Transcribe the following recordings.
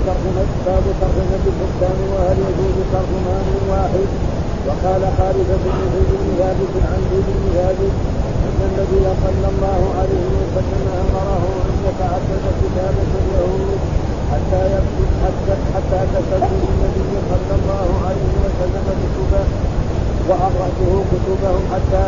ترجمة الحكام وهل يجوز ترجمان واحد. وقال خالد بن زيد بن ثابت عن زيد بن ثابت أن النبي صلى الله عليه وسلم أمره أن يتعدد كتابة اليهود حتى تستلزم النبي صلى الله عليه وسلم كتبه وأقرأته كتبهم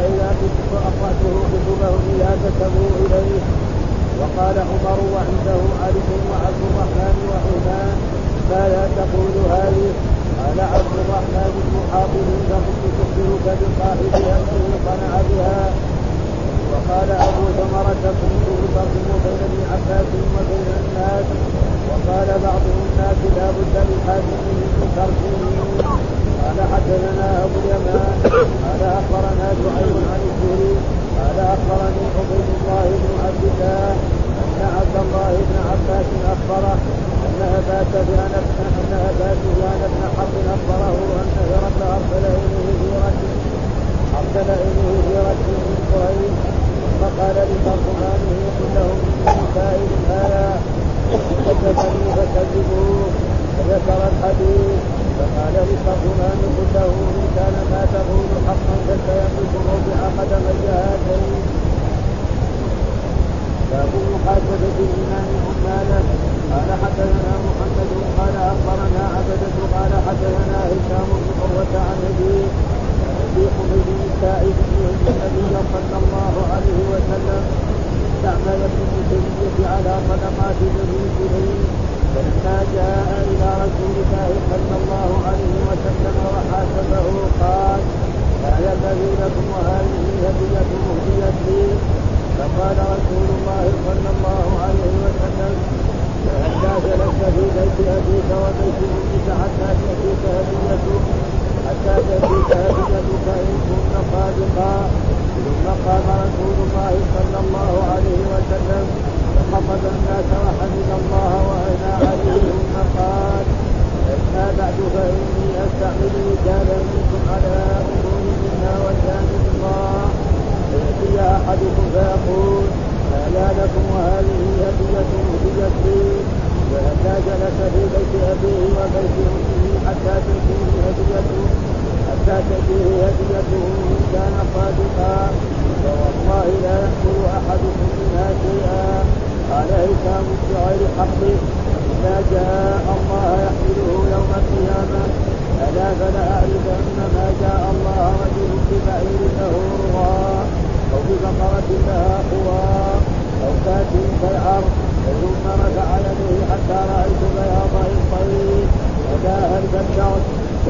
إذا كتبوا إليه. وقال عمر وعنده علي وعبد الرحمن وعثمان ما لا تقول هذه. قال عبد الرحمن بن حاطب فكنت تخبرك بصاحبها أنه صنع بها. وقال أبو ثمرة كنت أترجم بين ابن عباس وبين الناس. وقال بعض الناس لا بد للحاكم من ترجمه. قال حدثنا أبو اليمان قال أخبرنا شعيب عن الزهري قال أخبرني عبيد الله بن عبد الله أن عبد الله بن عباس أخبره أن أبا سفيان بن حرب أخبره أن هرقل أرسل إليه في رجل من قريش فقال لترجمانه قل لهم إني سائل هذا كذبني فكذبوه. فذكر الحديث فقال للترجمان قل له إن كان ما تقول حقا فسيملك موضع قدمي هاتين. باب محاسبة الإمام عماله. قال حدثنا محمد قال أخبرنا عبدة قال حدثنا هشام بن عروة عن أبي حميد السائب أن النبي صلى الله عليه وسلم استعمل ابن تيمية على صدقات بني سليم. فلما جاء إلى رسول الله صلى الله عليه وسلم وحاسبه قال هذا الذي لكم وهذه هدية مهديت لي. فقال رسول الله صلى الله عليه وسلم فهلا جلست في بيت أبيك وبيت أمك حتى تأتيك هديتك إن كنت صادقا. ثم قام رسول الله صلى الله عليه وسلم فخطب الناس وحمد الله وأثنى عليهم قال أما بعد فإني أستعمل رجالا منكم على أمور منا وجانب الله. فيأتي أحدكم فيقول هذا لكم وهذه هدية مهديت لي. فهلا جلس في بيت أبيه وبيت أمه حتى تأتيه هديته إن كان صادقا. فوالله لا يأكل أحدكم منها شيئا. قال هشام بغير حقه إذا جاء الله يحمله يوم القيامة ألا فلأعرفن ما جاء الله رجل ببعير له رغاء أو ببقرة لها خوار أو كاتب كالعرض ثم رفع يده حتى رأيت بياض الطريق وجاء البشر.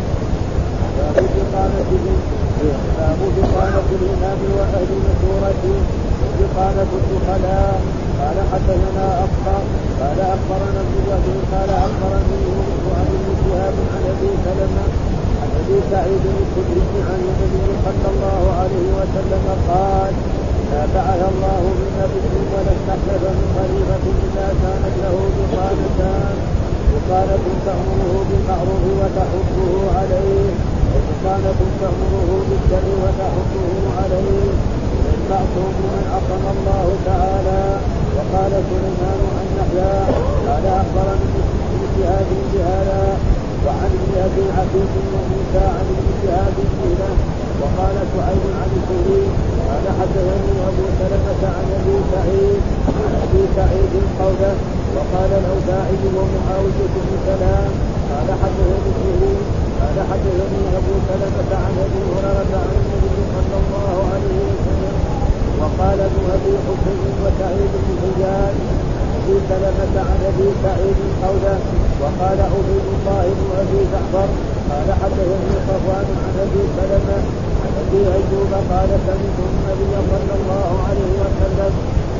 باب بطانة الإمام وأهل مشورته بطانة الدخلاء. قال حدثنا أبقى قال أخبرنا ابن وهب قال أخبرني يونس عن ابن شهاب عن أبي سلمة عن أبي سعيد الخدري عن النبي صلى الله عليه وسلم قال لا بعث الله من نبي ولا استخلف من خليفة إلا كانت له بطانتان بطانة تأمره بالمعروف وتحثه عليه وبطانة تأمره بالشر وتحثه عليه. المعصوم من عصم الله تعالى. وقال سليمان عن يحيى قال أخبرني ابن شهاب بهذا وعن ابن أبي عبيد وموسى عن ابن شهاب قيله. وقال شعيب عن الزهري قال حدثني أبو سلمة عن أبي سعيد قوله. وقال الأوزاعي ومعاوية بن سلام قال حدثني الزهري قال حدثني أبو سلمة عن أبي هريرة عن النبي صلى الله عليه وسلم. وقال ابن أبي حسين وسعيد بن حجاج أبي سلمة عن أبي سعيد قوله. وقال عبيد الله بن أبي جعفر قال حدثني صفوان عن أبي سلمة عن أبي أيوب قال سمعت النبي صلى الله عليه وسلم.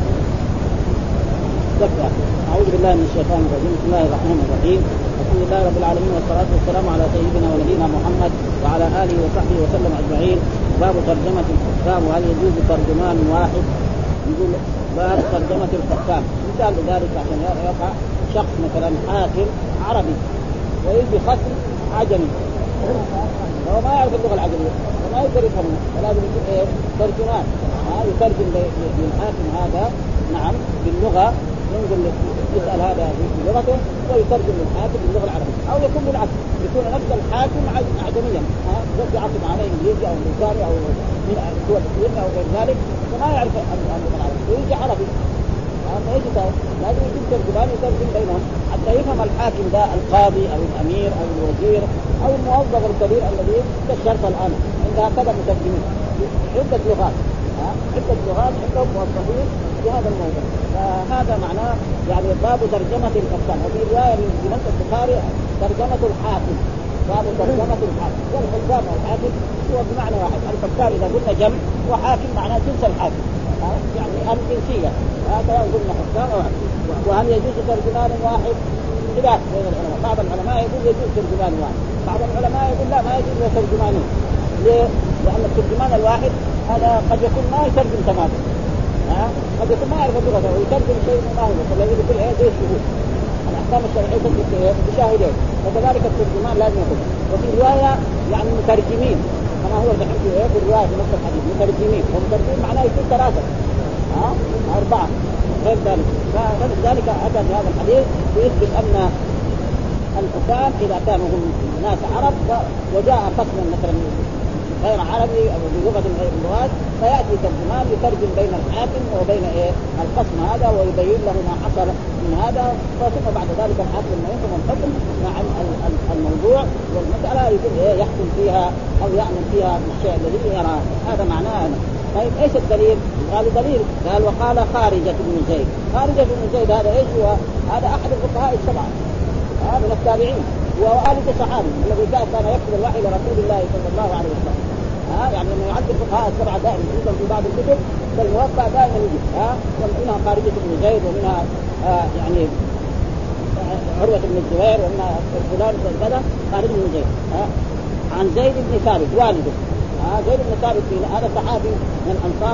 أعوذ بالله من الشيطان الرجيم. بسم الله الرحمن الرحيم. الحمد لله رب العالمين والصلاة والسلام على سيدنا ونبينا محمد وعلى آله وصحبه وسلم أجمعين. باب ترجمة الحكام وهل يجوز ترجمان واحد. يقول باب ترجمة الحكام. مثال ذلك عشان يقع شخص مثلا حاكم عربي ويجي خصم عجمي هو ما يعرف اللغة العجمية وما يقدر يفهمها فلازم يجيب ترجمان يترجم للحاكم هذا نعم باللغة. ينزل يسأل هذا لغته ويترجم الحاكم باللغه العربيه، او يكون بالعكس يكون نفس الحاكم اعجميا بس يعطف عليه انجليزي او امريكاني او من دول الصين او غير ذلك فما يعرف اللغه العربيه ويجي عربي فيجي لازم يجيب ترجمان يترجم بينهم حتى يفهم الحاكم ده القاضي او الامير او الوزير او الموظف الكبير الذي كالشرطه الان عند هكذا مترجمين عده لغات عده لغات عندهم موظفين في هذا الموضوع. فهذا معناه يعني باب ترجمه الحكام. وفي روايه من البخاري ترجمه الحاكم، باب ترجمه الحاكم. والحكام والحاكم هو بمعنى واحد. الحكام اذا قلنا جمع وحاكم معناه جنس الحاكم يعني الجنسيه هذا قلنا حكام. وهل يجوز ترجمان واحد؟ خلاف بين العلماء. بعض العلماء يقول يجوز ترجمان واحد، بعض العلماء يقول لا ما يجوز ترجمانين. ليه؟ لأن الترجمان الواحد هذا قد يكون ما يترجم تماما قد يكون ما يعرف اللغة ويترجم شيء ما هو فالذي يقول زي الشهود الأحكام الشرعية تثبت بشاهدين. وكذلك الترجمان لازم يكون. وفي رواية يعني مترجمين كما هو الحديث في الرواية في نفس الحديث مترجمين، ومترجمين معناه يكون ثلاثة 4 غير ذلك. فلذلك أتى في هذا الحديث ويثبت أن الحكام إذا كانوا هم ناس عرب وجاء قسم مثلا غير عربي أو بلغة غير اللغات فيأتي ترجمان يترجم بين الحاكم وبين القسم هذا ويبين له ما حصل من هذا. ثم بعد ذلك الحاكم لما يحكم الحكم مع الموضوع والمسألة يكون يحكم فيها أو يعمل فيها بالشيء الذي يرى. هذا معناه. طيب ايش الدليل؟ قال دليل قال وقال خارجة بن زيد. خارجة بن زيد هذا ايش هو؟ هذا أحد الفقهاء السبعة من التابعين ووالد الصحابي الذي كان يكتب الوحي لرسول الله صلى الله عليه وسلم. يعني انه يعد الفقهاء السبعه دائما ايضا في بعض الكتب فالموقع دائما يجي ومنها خارجة بن زيد ومنها يعني عروة بن الزبير ومنها فلان كذا خارجة بن زيد عن زيد بن ثابت والده. زيد بن ثابت هذا صحابي من انصار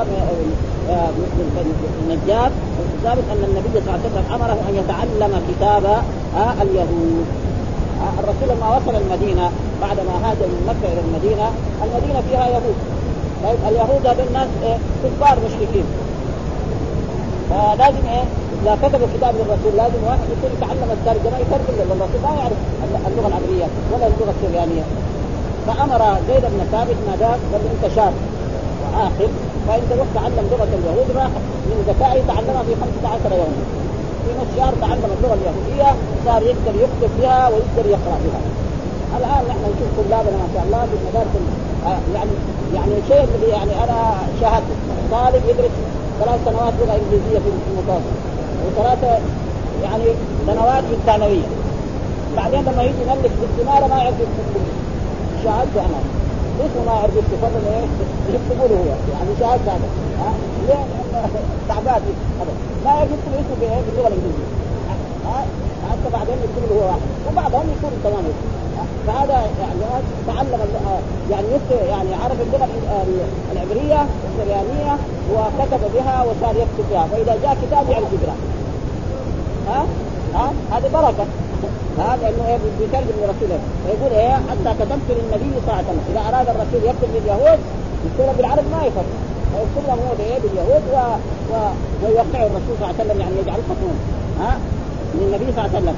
النجار ثابت ان النبي صلى الله عليه وسلم امره ان يتعلم كتاب اليهود. الرسول لما وصل المدينة بعد ما هاجر من مكة إلى المدينة فيها يهود. طيب اليهود هذول الناس كفار مشركين فلازم إذا كتبوا كتاب للرسول لازم واحد يكون يتعلم الترجمة يترجم للرسول ما يعرف اللغة العبرية ولا اللغة السريانية. فأمر زيد بن ثابت ما دام قال أنت شاب وعاقل فأنت روح تعلم لغة اليهود راح من ذكائي تعلمها في 15 يوما. في نص شهر تعلم اللغة اليهودية صار يقدر يكتب بها ويقدر يقرأ بها. الآن نحن نشوف طلابنا ما شاء الله في المدارس يعني شيء الذي يعني أنا شاهدت طالب يدرس 3 سنوات لغة إنجليزية في المتوسط و3 يعني سنوات في الثانوية بعدين لما يجي يملك باستمارة ما يعرف يكتب. شاهدته أنا اسمه ما يعرف يكتب يكتبوا له هو يعني شاهدت هذا ليه تعبان هذا ما يعرف يكتب اسمه باللغة الإنجليزية حتى بعدين يكتب له هو واحد وبعضهم يكون تمام. فهذا يعني تعلم يعني يعني عرف اللغة العبرية والسريانية وكتب بها وصار يكتب بها فإذا جاء كتاب يعرف يقرأ. هذه بركة. هذا انه بيترجم لرسوله فيقول حتى كتبت للنبي صلى الله عليه وسلم اذا اراد الرسول يكتب لليهود يكتب بالعرب ما يفهم فيكتب لهم هو باليهود ويوقع الرسول صلى الله عليه وسلم يعني يجعل خطوم للنبي صلى الله عليه وسلم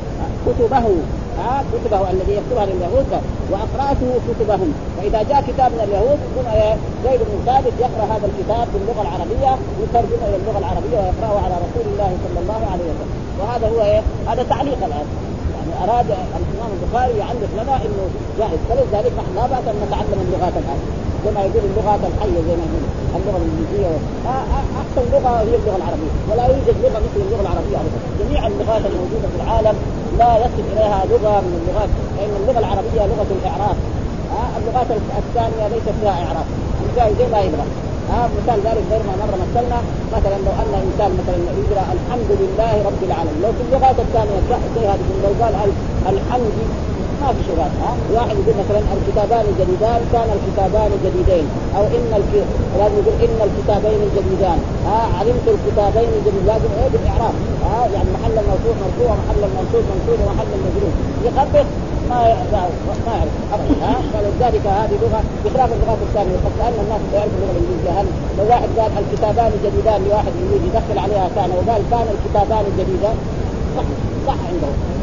كتبه الذي يكتبها لليهود واقراته كتبهم. فاذا جاء كتاب من اليهود يكون زيد بن ثابت يقرا هذا الكتاب باللغه العربيه ويترجمه الى اللغه العربيه ويقراه على رسول الله صلى الله عليه وسلم. وهذا هو هذا تعليق الان أراد الإمام البخاري يعلق لنا إنه جائز. فلذلك نحن لا بأس أن نتعلم اللغات الآن كما يقول اللغات الحية زي ما يقول اللغة الإنجليزية أحسن لغة هي اللغة العربية ولا يوجد لغة مثل اللغة العربية أبدا. جميع اللغات الموجودة في العالم لا يصل إليها لغة من اللغات لأن اللغة العربية لغة الإعراب. اللغات الثانية ليست فيها إعراب زي ما يبغى. مثال ذلك غير ما مرة مثلنا مثلا لو أن إنسان مثلا يقرأ الحمد لله رب العالمين لو في اللغات الثانية زي هذه لو قال الحمد ما في شغال. واحد يقول مثلا الكتابان الجديدان كان الكتابان جديدين او لازم يقول ان الكتابين الجديدان علمت الكتابين الجديدين لازم بالاعراب يعني محل الموضوع مرفوع محل المنصوب منصوب ومحل المجرور يخبط ما يعرف ابدا. فلذلك هذه لغه بخلاف اللغات الثانيه. قد سالنا الناس يعرفوا اللغه الانجليزيه هل لو واحد قال الكتابان الجديدان لواحد يريد يدخل عليها كان وقال كان الكتابان الجديدان صح عندهم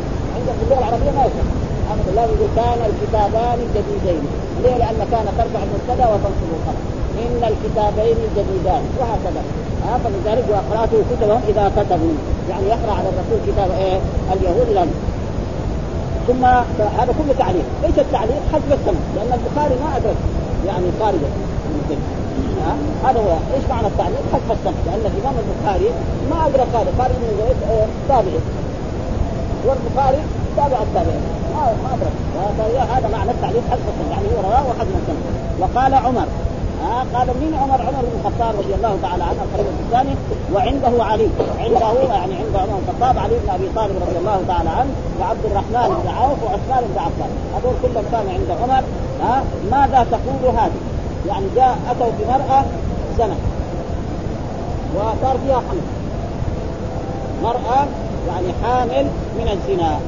العربيه ما يصح ابدا، لا يقول كان الكتابان الجديدين. ليه؟ لان كان ترفع المبتدا وتنصب الخبر، ان الكتابين الجديدان وهكذا. فلذلك وقراته كتبهم اذا كتبوا، يعني يقرا على الرسول كتاب اليهود لهم. ثم هذا كله تعليق. ايش التعليق؟ حذف السند، لان البخاري ما ادرك يعني خارجه من السند. هذا هو ايش معنى التعليق؟ حذف السند، لان الامام البخاري ما ادرك هذا، قال ابن زيد تابعي، والبخاري تابع التابعين ما ادرك. هذا معنى التعليق، حذف السند، يعني هو رواه وحذف السند. وقال عمر قال مين عمر بن الخطاب رضي الله تعالى عنه الخليفة الثاني، وعنده علي، عنده يعني عند عمر بن الخطاب علي بن ابي طالب رضي الله تعالى عنه، وعبد الرحمن بن عوف، وعثمان بن عفان، هذول كلهم كانوا عند عمر. ماذا تقول هذه؟ يعني جاء اتوا بمرأة زنا وصار فيها حمل، مرأة يعني حامل من الزنا،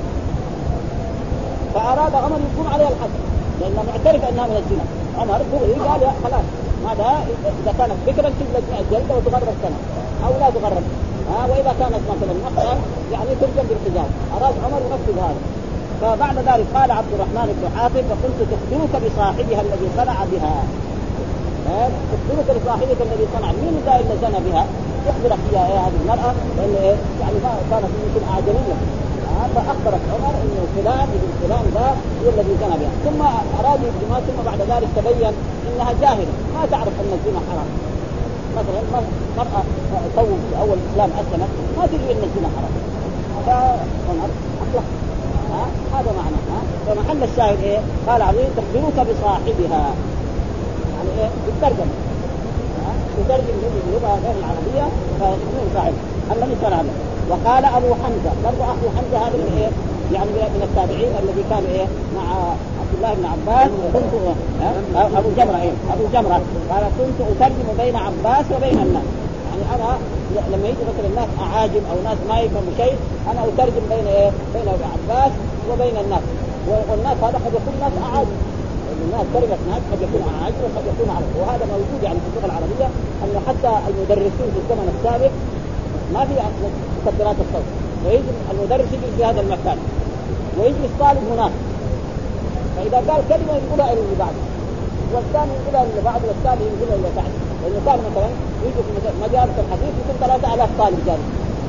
فأراد عمر يكون عليها الحد لأنه معترف أنها من الزنا. عمر قال يا خلاص ماذا إذا كانت فكرة تجلد 100 جلدة وتغرب سنة أو لا تغرب، وإذا كانت مثلا مقطع يعني ترجم بالحجاب. أراد عمر ينفذ هذا. فبعد ذلك قال عبد الرحمن بن حاتم فقلت تخبرك بصاحبها الذي صنع بها، تخبرك بصاحبك الذي صنع، مين ذا اللي زنى بها؟ تخبرك فيها هذه المرأة لأن يعني ما كانت يمكن أعجمية. فأخبرت عمر إنه فلان ابن فلان ذا هو الذي زنى بها. ثم أراد الجماعة، ثم بعد ذلك تبين إنها جاهلة ما تعرف أن الزنا حرام. مثلا مرأة توم في أول الإسلام أسلمت ما تدري أن الزنا حرام، فعمر أطلق. هذا معنى. فمحل الشاهد إيه؟ قال عليه تخبرك بصاحبها، يعني إيه؟ بالترجمة تترجم باللغة غير العربية فيكون صاحب الذي كان هذا. وقال أبو حمزة برضو أخو حمزة هذا من إيه؟ يعني من التابعين الذي كان إيه مع عبد الله بن عباس. كنت أبو جمرة أبو جمرة قال كنت أترجم بين عباس وبين الناس، يعني أنا لما يجي مثلا الناس أعاجم أو ناس ما يفهموا شيء أنا أترجم بين إيه بين عباس وبين الناس. والناس هذا قد يكون ناس أعاجم، الناس كلمة ناس قد يكون عاجم وقد يكون عرب، وهذا موجود يعني في اللغة العربية أنه حتى المدرسين في الزمن السابق ما في مكبرات الصوت، ويجي المدرس يجي في هذا المكان ويجلس طالب هناك، فإذا قال كلمة يقولها إلى اللي بعده والثاني يقولها اللي بعده والثاني يقولها اللي بعده. لأنه كان مثلا يجي في مجالس الحديث يكون 3000 طالب جالس،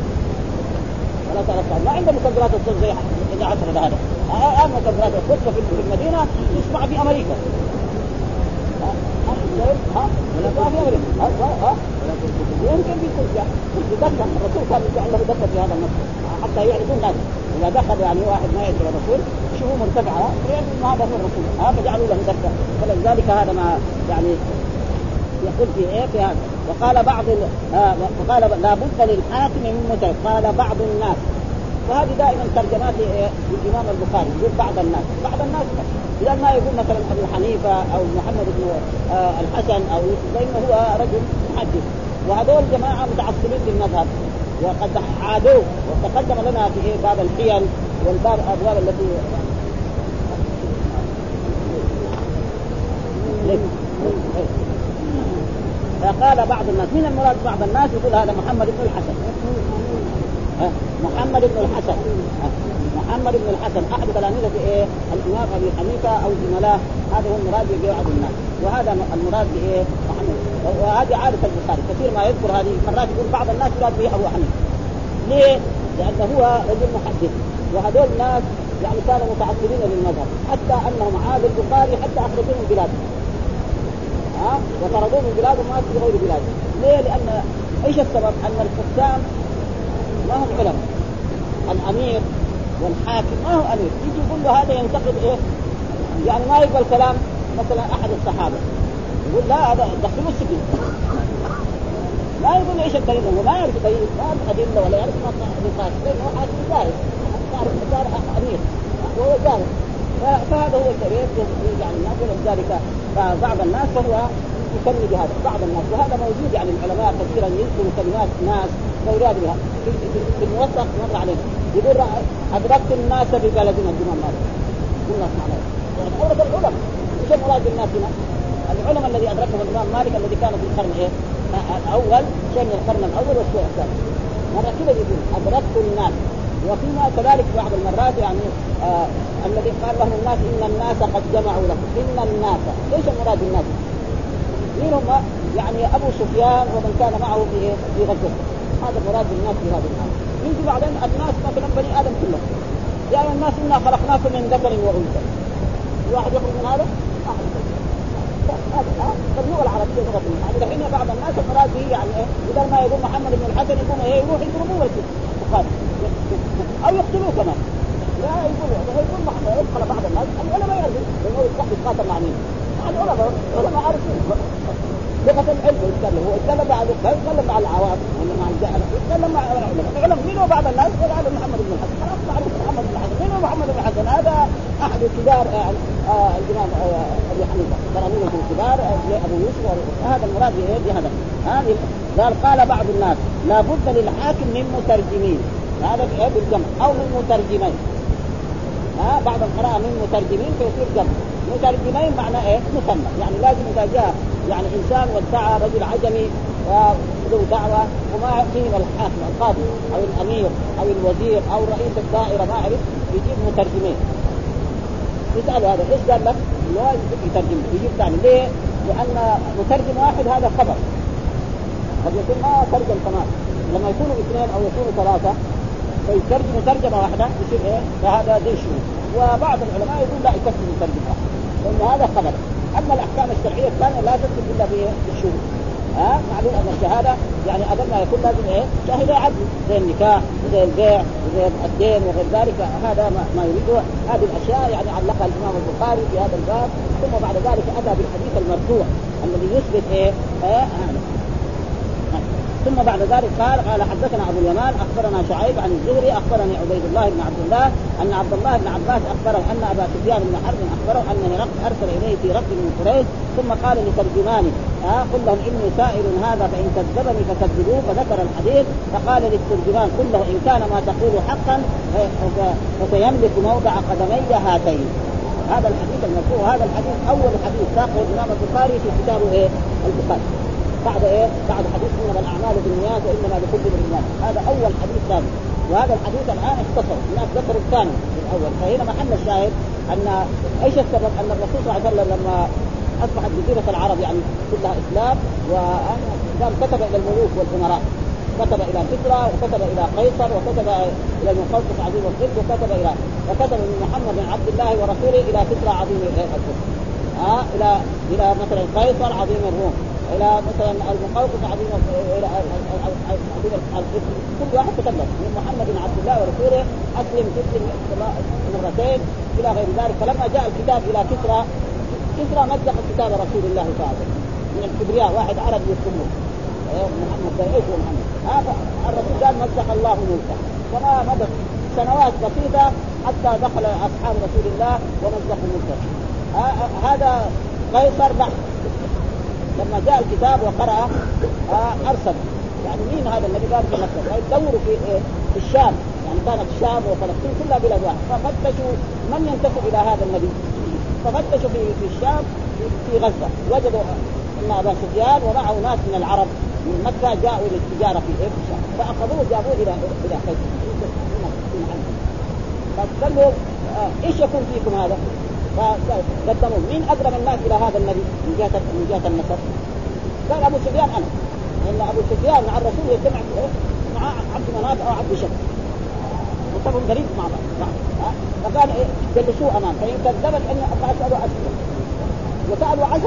3000 طالب ما عنده مكبرات الصوت زي إذا عصر هذا. مكبرات الصوت في المدينة يسمع في أمريكا يمكن بيكون يدخل الرسول كان يعلم يدخل في هذا النص حتى يعرفون الناس إذا دخل يعني واحد ما يدري الرسول شوفوا مرتفعة يعني هذا هو الرسول فجعلوا له دخل. فلذلك هذا ما يعني يقول في إيه في هذا. وقال بعض وقال لا بد للحاكم من متعب، قال بعض الناس، وهذه دائما ترجمات الإمام البخاري يقول بعض الناس إذا ما يقول مثلا أبو حنيفة أو محمد بن الحسن أو يوسف لأنه هو رجل محدث، وهذول جماعة متعصبين للمذهب وقد عادوا. وتقدم لنا في باب الحيل والباب أبواب التي فقال بعض الناس. من المراد بعض الناس؟ يقول هذا محمد بن الحسن، محمد بن الحسن أحد تلاميذه إيه الإمام أبي حنيفة أو زملائه، هذا هو المراد ببعض الناس، وهذا المراد بإيه محمد. وهذه عادة البخاري كثير ما يذكر هذه مرات يقول بعض الناس يراد به أبو حنيفة. ليه؟ لأنه هو رجل محدث، وهذول الناس يعني كانوا متعصبين للمذهب حتى أنهم عادوا البخاري حتى أخرجوه من بلادهم وطردوه من بلادهم ما في غير بلادهم. ليه؟ لأن إيش السبب؟ أن الحكام ما هم علماء، الأمير والحاكم ما هو أمير، يجي يقول له هذا ينتقد إيه يعني ما يقبل كلام مثلا أحد الصحابة يقول لا هذا دخلوا السجن، لا يقول إيش الدليل، هو ما يعرف دليل ما يعرف أدلة ولا يعرف نقاش لأنه حاكم جاهل صار أمير وهو جاهل. فهذا هو الدليل يعني الناس ولذلك فبعض الناس فهو يسمي بهذا بعض الناس، وهذا موجود يعني العلماء كثيرا يذكروا كلمات ناس ويراد بها. في الموثق مر عليه يقول أدركت الناس ببلدنا الإمام مالك، الناس معناه أورد العلماء. إيش المراد بالناس هنا؟ العلماء الذي أدركهم الإمام مالك الذي كان في القرن إيه الأول، شيء من القرن الأول والشيء الثاني. مرة كده يقول أدركت الناس وفيما كذلك بعض المرات يعني الذي قال لهم الناس إن الناس قد جمعوا لكم. إن الناس ليش المراد الناس؟ مين هم؟ يعني أبو سفيان ومن كان معه في غزوة، هذا مراد الناس في هذا الآن. يجي بعدين الناس مثلا بني آدم كلهم، يعني الناس إنا خلقناكم من ذكر وأنثى، واحد يخرج من هذا أحد هذا اللغة العربية لغة يعني الحين بعض الناس المراد به يعني إيه؟ بدل ما يقول محمد بن الحسن يقول إيه يروح يضربوه أو يقتلوه كمان. لا يقول محمد يدخل بعض الناس العلماء يعرفون لأنه يتقاتل مع مين؟ مع العلماء عارفين لغة العلم يتكلم، هو يتكلم مع لا يتكلم مع العوام ولا مع الجهل، يتكلم مع العلماء. مين هو بعض الناس يقول هذا محمد بن الحسن، خلاص معروف محمد بن الحسن. مين هو محمد بن الحسن؟ هذا أحد كبار الإمام أبي حنيفة تراميذه الكبار أبو يوسف، هذا المراد بهذا. هذه قال بعض الناس لا بد للحاكم من مترجمين، هذا بالجمع أو من مترجمين. بعض القراءة من مترجمين فيصير جمع. مترجمين معنى ايه؟ مثنى، يعني لازم اذا جاء يعني انسان وادعى رجل عجمي وله دعوه وما فيه الحاكم القاضي او الامير او الوزير او رئيس الدائره ما عرف، يجيب مترجمين. يسأل هذا ايش قال لك؟ لا يترجم، يجيب ثاني. ليه؟ لان مترجم واحد هذا خبر قد يكون ما ترجم كمان، لما يكونوا اثنين او يكونوا ثلاثه فيترجم ترجمه واحده يصير ايه؟ فهذا ذي شروط. وبعض العلماء يقول لا يكفي مترجم واحد لان هذا خبر. اما الاحكام الشرعيه الثانيه لا تكفي الا بالشهود. معلوم ان الشهاده يعني اقل ما يكون لازم ايه؟ شاهد عدل، زي النكاح وزي البيع وزي الدين وغير ذلك. هذا ما يريده. هذه الاشياء يعني علقها الامام البخاري في هذا الباب. ثم بعد ذلك اتى بالحديث المرفوع الذي يثبت ايه؟ ثم بعد ذلك قال حدثنا ابو اليمان اخبرنا شعيب عن الزهري اخبرني عبيد الله بن عبد الله ان عبد الله بن عباس اخبره ان ابا سفيان بن حرب اخبره ان هرقل ارسل اليه في ركب من قريش ثم قال لترجمانه قل لهم اني سائل هذا فان كذبني فكذبوه. فذكر الحديث فقال للترجمان قل له ان كان ما تقول حقا فسيملك موضع قدمي هاتين. هذا الحديث المرفوع. هذا الحديث اول حديث ساقه الامام البخاري في كتابه البخاري بعد بعد حديث انما الاعمال بالنيات وانما لكل امرئ ما نوى. هذا اول حديث ثاني. وهذا الحديث الان اختصر الناس ذكروا الثاني الاول. فهنا محل الشاهد ان ايش السبب؟ ان الرسول صلى الله عليه وسلم لما اصبحت جزيره العرب يعني كلها اسلام وكان كتب الى الملوك والامراء، كتب الى كسرى وكتب الى قيصر وكتب الى المقوقس عظيم القدس وكتب من محمد بن عبد الله ورسوله الى كسرى عظيم القدس الى مثلا قيصر عظيم الروم، الى مثلا المقوقس عظيم كل واحد تكلم من محمد بن عبد الله ورسوله اسلم تسلم مرتين الى غير ذلك. فلما جاء الكتاب الى كسرى مزق كتاب رسول الله صلى الله عليه وسلم من الكبرياء، واحد عربي يسموه محمد ايش هو محمد. الرسول قال مزق الله ملكه. فما مضت سنوات بسيطه حتى دخل اصحاب رسول الله ومزقوا ملكه. هذا قيصر بعد لما جاء الكتاب وقرأ أرسل يعني مين هذا النبي؟ قال في مكة. يدوروا في الشام، يعني كانت الشام وفلسطين كلها بلاد واحد. ففتشوا من ينتسب إلى هذا النبي، ففتشوا في الشام في غزة وجدوا أن أبا سفيان ومعه ناس من العرب من مكة جاءوا للتجارة في الشام، فأخذوه جابوه إلى قيصر. فقالوا إيش يكون فيكم هذا؟ فقدموا مين أقرب الناس إلى هذا النبي من جهة النسب؟ قال أبو سفيان أنا، لأن أبو سفيان مع الرسول يجتمع مع عبد مناف أو عبد شمس وطبعهم قريب مع بعض. فقال جلسوه أمام فإن كذبت أني أسألوا أسئلة، وسألوا 10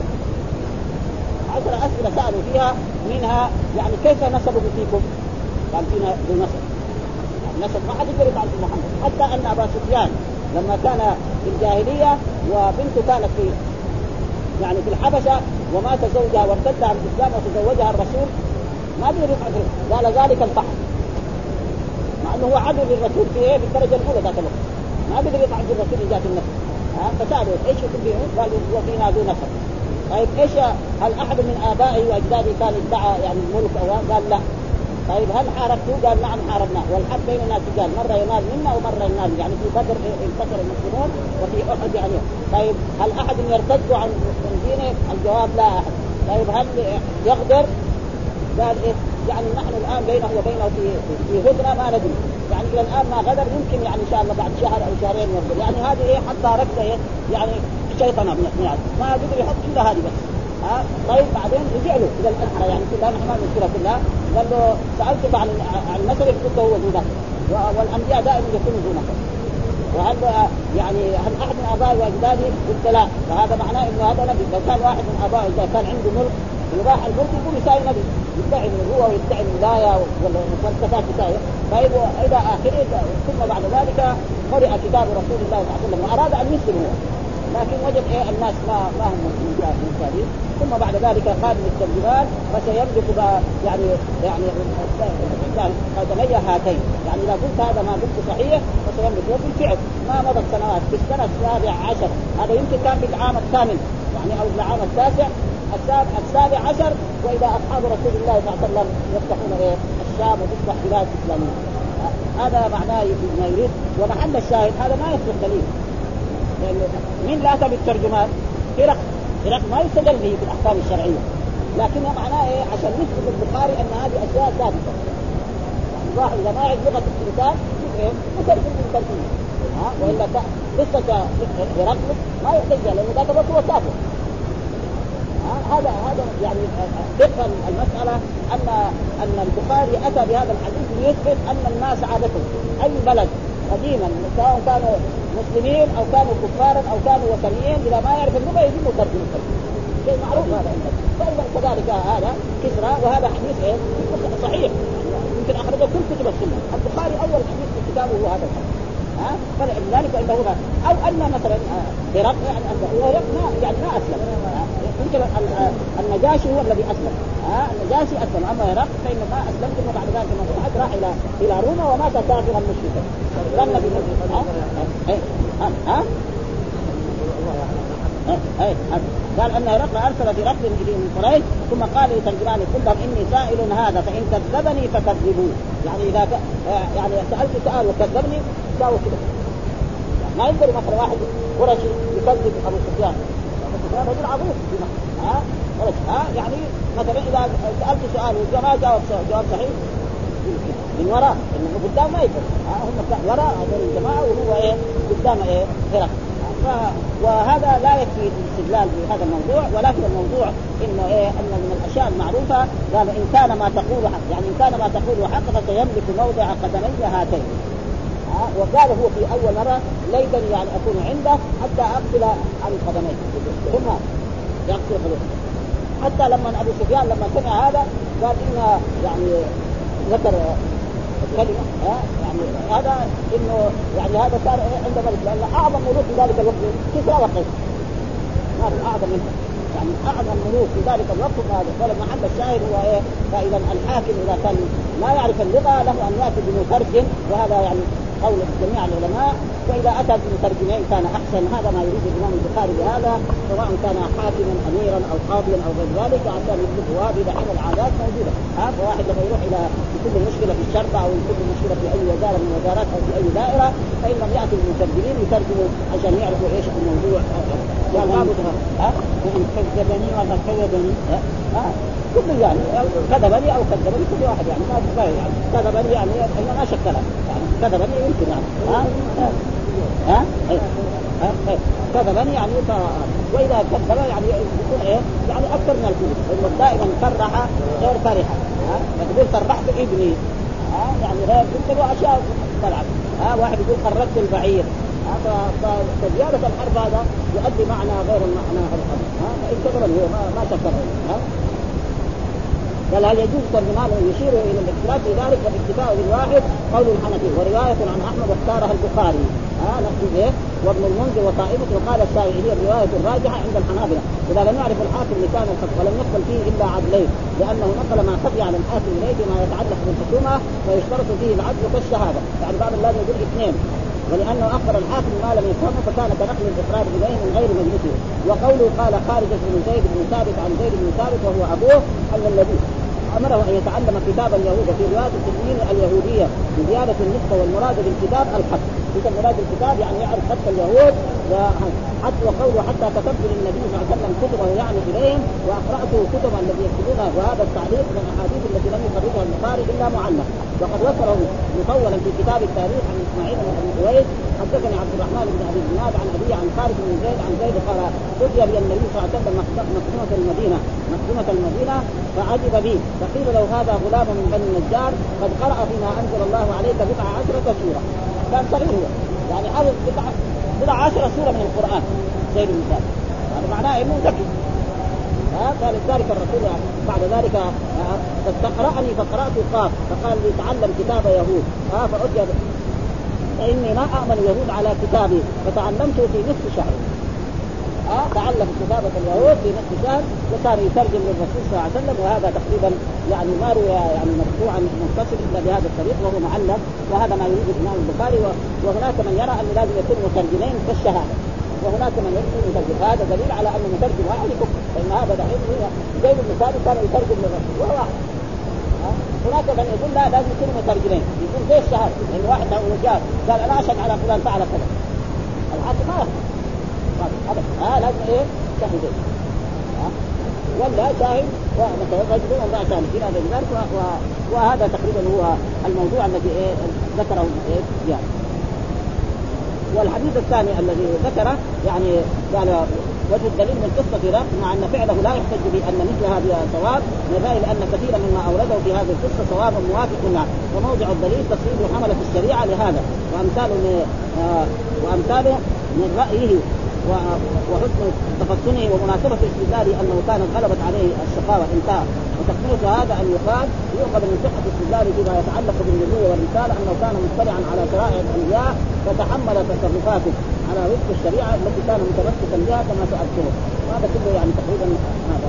أسئلة سألوا فيها منها يعني كيف نسبه فيكم؟ قال فينا ذو نسب ما حد يقدر يعرف محمد. حتى أن أبا سفيان لما كان في الجاهلية وبنته كانت في الحبشة ومات زوجها وارتد عن الإسلام وتزوجها الرسول ما قدر يفعل، قال ذلك الفحل، مع أنه هو عدو للرسول في الدرجة الأولى ذاك الوقت، ما قدر يفعل الرسول من جهة النسب. فسألوا إيش يكون فيه؟ قالوا وفينا ذو نسب. طيب إيش هل أحد من آبائه وأجداده كان يدعى يعني الملك أو؟ قال لا. طيب هل حاربتوا؟ قال نعم حاربنا، والحرب بيننا سجال، مرة ينال منا ومرة ينال، يعني في بدر انتصر المسلمون وفي أحد يعني. طيب هل أحد يرتد عن دينه؟ الجواب لا أحد. طيب هل يغدر؟ قال إيه؟ يعني نحن الآن بينه وبينه في هدنة ما ندري، يعني الى الان ما غدر، يمكن يعني ان شاء الله بعد شهر او شهرين يغدر. يعني هذه ايه حتى ركزه ايه يعني شيطانه يعني ما قدر يحط الا هذه بس. طيب بعدين رجع له الى الازهر يعني كلها نحن المشكله كلها. قال له سالتك عن المثل قلت هو ذو نفس، والانبياء دائما يكونوا ذو نفس. وهل يعني هل احد من ابائي واجدادي؟ قلت لا. فهذا معناه انه هذا نبي. لو كان واحد من ابائي اذا كان عنده ملك يباح الملك يقول يساوي نبي، يدعي النبوه ويدعي الولايه والفلسفات تساوي. فإذا آخره ثم بعد ذلك قرأ كتاب رسول الله صلى الله عليه وسلم وأراد أن يسلم هو، لكن وجد الناس ما هم مسلمين. ثم بعد ذلك قال للترجمان فسيملك يعني قدمي هاتين، يعني إذا قلت هذا ما قلت صحيح فسيملك. وبالفعل ما مضت سنوات، في السنة 17 هذا يمكن كان في العام الثامن يعني أو العام السابع عشر، وإذا أصحاب رسول الله صلى الله عليه وسلم يفتحون الشام وتصبح بلاد إسلامية. هذا معناه ما يريد. ومحل الشاهد هذا ما يصلح دليل، لأن من لا تبي الترجمان هرق ما يستدل به في الأحكام الشرعية، لكن معناه عشان يثبت البخاري أن هذه أشياء ثابتة. يعني واحد إذا ما يعرف لغة الإنسان مترجم من ترجمة، وإلا قصة هرق ما يحتاج لأنه ذاك الوقت هو كافر. هذا يعني تفهم المسألة أن البخاري أتى بهذا الحديث ليثبت أن الناس عادتهم أي بلد قديما سواء كانوا مسلمين أو كانوا كفارا أو كانوا وثنيين إذا ما يعرف اللغة يجب ترجمة شيء معروف هذا. فإذا كذلك هذا كسرى، وهذا حديث صحيح يمكن أخرجه كل كتب السنة. البخاري أول حديث في كتابه هو هذا الحديث. فلذلك فإنه هنا أو أن مثلا هرق يعني ما أسلم، يمكن النجاشي هو الذي أسلم. النجاشي أسلم، أما هرق فإنه ما أسلم. ثم بعد ذلك من راح إلى روما ومات كافرا مشركا. قال أن هرقل أرسل في ركب من قريش ثم قال لترجمانه قل لهم إني سائل هذا فإن كذبني فكذبوه. يعني إذا يعني سألت سؤال وكذبني ساووا كده. ما يقدر مثلا واحد قرشي يكذب أبو سفيان رجل عظيم في مصر. يعني مثلا إذا سألت سؤال وما جواب صحيح من وراء إنه قدام ما يقدر. هم وراء هذول الجماعة وهو قدام هرقل. وهذا لا يكفي الاستدلال بهذا الموضوع، ولكن الموضوع انه ان من الاشياء المعروفه قال ان كان ما تقول حق، يعني ان كان ما تقول حق فسيملك موضع قدمي هاتين. وقال هو في اول مره ليتني يعني اكون عنده حتى اقتل عن القدمين ثم يقتل خلوه. حتى لما ابو سفيان لما سمع هذا قال ان يعني ذكر الكلمة يعني هذا إنه يعني هذا صار عند ملك، لأن أعظم ملوك في ذلك الوقت كسرى وقيصر، ما في أعظم منه، يعني أعظم ملوك في ذلك الوقت هذا. ولما محل الشاهد هو فإذا الحاكم إذا كان لا يعرف اللغة له أن يأتي بمترجم، وهذا يعني قول جميع العلماء. وإذا أتى بمترجمين كان أحسن. هذا ما يريد الإمام البخاري بهذا، سواء كان حاكما أميرا أو قاضيا أو غير ذلك، عشان يثبت هذه دحين العادات موجودة. واحد لما يروح إلى كل مشكلة في الشرطة أو كل مشكلة في أي وزارة من الوزارات أو في أي دائرة، فإن لم يأتي المترجمين يترجموا عشان يعرفوا إيش الموضوع. يعني وإن كذبني ولا كذبني كل يعني كذبني أو كذبني كل واحد يعني ما يعني كذبني يعني أنا ما شكلها يعني كذبني يمكن يعني كذبني يعني وإذا كذب يعني يكون يعني أكثر من الكذب. إنه دائما فرح غير فرحة. تقول فرحت ابني يعني غير يمكن أشياء طلعت. واحد يقول خرجت البعير. فزيادة الحرف هذا يؤدي معنى غير المعنى الحرف. فإن كذبني هو ما شكله. قال هل يجوز ترجمان يشير الى الاختلاف في ذلك والاكتفاء بالواحد قول الحنفي وروايه عن احمد واختارها البخاري نفسه وابن المنذر وطائفه وقال الشافعي هي الروايه الراجحه عند الحنابلة اذا لم يعرف الحاكم لسان الحق ولم يقبل فيه الا عدلين لانه نقل ما خفي على الحاكم اليه بما يتعلق بالحكومه ويشترط فيه العدل كالشهاده، يعني بعض لازم يقول اثنين، ولانه اخبر الحاكم ما لم يفهمه فكان كنقل الاقرار اليه من غير مجلسه. وقوله قال خارج بن زيد بن ثابت عن زيد بن ثابت وهو ابوه ان الذي فأمره أن يتعلم كتاب اليهود في رواية التدوين اليهودية بزيادة النسخة، والمراد بالكتاب الخط. إذا مراد الكتاب يعني يعرف خط اليهود، وحتى وقوله حتى كتبت للنبي صلى الله عليه وسلم كتبه يعني إليهم وأقرأته كتب الذي يكتبونها. وهذا التعليق من الأحاديث التي لم يخرجها البخاري إلا معلق، وقد وصله مطولا في كتاب التاريخ عن إسماعيل بن أبي أويس حدثني عبد الرحمن بن أبي الزناد عن أبي عن خالد بن زيد عن زيد قال أتي بي النبي صلى الله عليه وسلم مقدمة المدينة فعجب به، فقيل له هذا غلام من بني النجار قد قرأ فيما أنزل الله عليك 17 سورة. كان صغير هو يعني حافظ 17 سورة من القرآن زي المثال، هذا معناه انه ذكي. قال ذلك الرسول بعد ذلك فاستقرأني فقرأت قاف، فقال لي تعلم كتاب يهود. فأتي فإني ما أأمن يهود على كتابي، فتعلمته في نصف شهر. تعلم كتابة اليهود في نصف شهر، وكان يترجم للرسول صلى الله عليه وسلم. وهذا تقريبا يعني ما روى يعني مرفوعا منتصر الا بهذا الطريق، وهو معلم، وهذا ما يريد الإمام البخاري. وهناك من يرى أن لازم يكون مترجمين كالشهادة، وهناك من يكون مترجم. هذا دليل على أن مترجم واحد يكفر، فإن هذا دحين زي المثال كان يترجم للرسول وهو واحد. هناك من يقول لا لازم يكونوا مترجمين، يكون زي الشهادة، لأن واحد رجال قال أنا أشهد على فلان فعل كذا، الحاكم ما لازم شاهدين، ولا شاهد ومثلا رجل وامرأة شاهدين. هذا ذلك وهذا تقريبا هو الموضوع الذي ذكره يعني. والحديث الثاني الذي ذكره يعني قال وجه الدليل من قصة رق، مع أن فعله لا يحتج بأن مثل هذا صواب، نظير أن كثيرا مما أورده في هذه القصة صواب موافق له، وموضع الدليل تصريح حملة الشريعة لهذا، وأمثاله من رأيه وحسن تفطنه ومناسبة استدلاله أنه كان غلبت عليه الشقاوة انتهى. وتقدير هذا أن يقال يؤخذ من صحة استدلاله فيما يتعلق بالنبوة والرسالة أنه كان مطلعا على شرائع الأنبياء فتحمل تصرفاته على وفق الشريعة التي كان متمسكا بها كما سأذكره. وهذا كله يعني تقريبا هذا.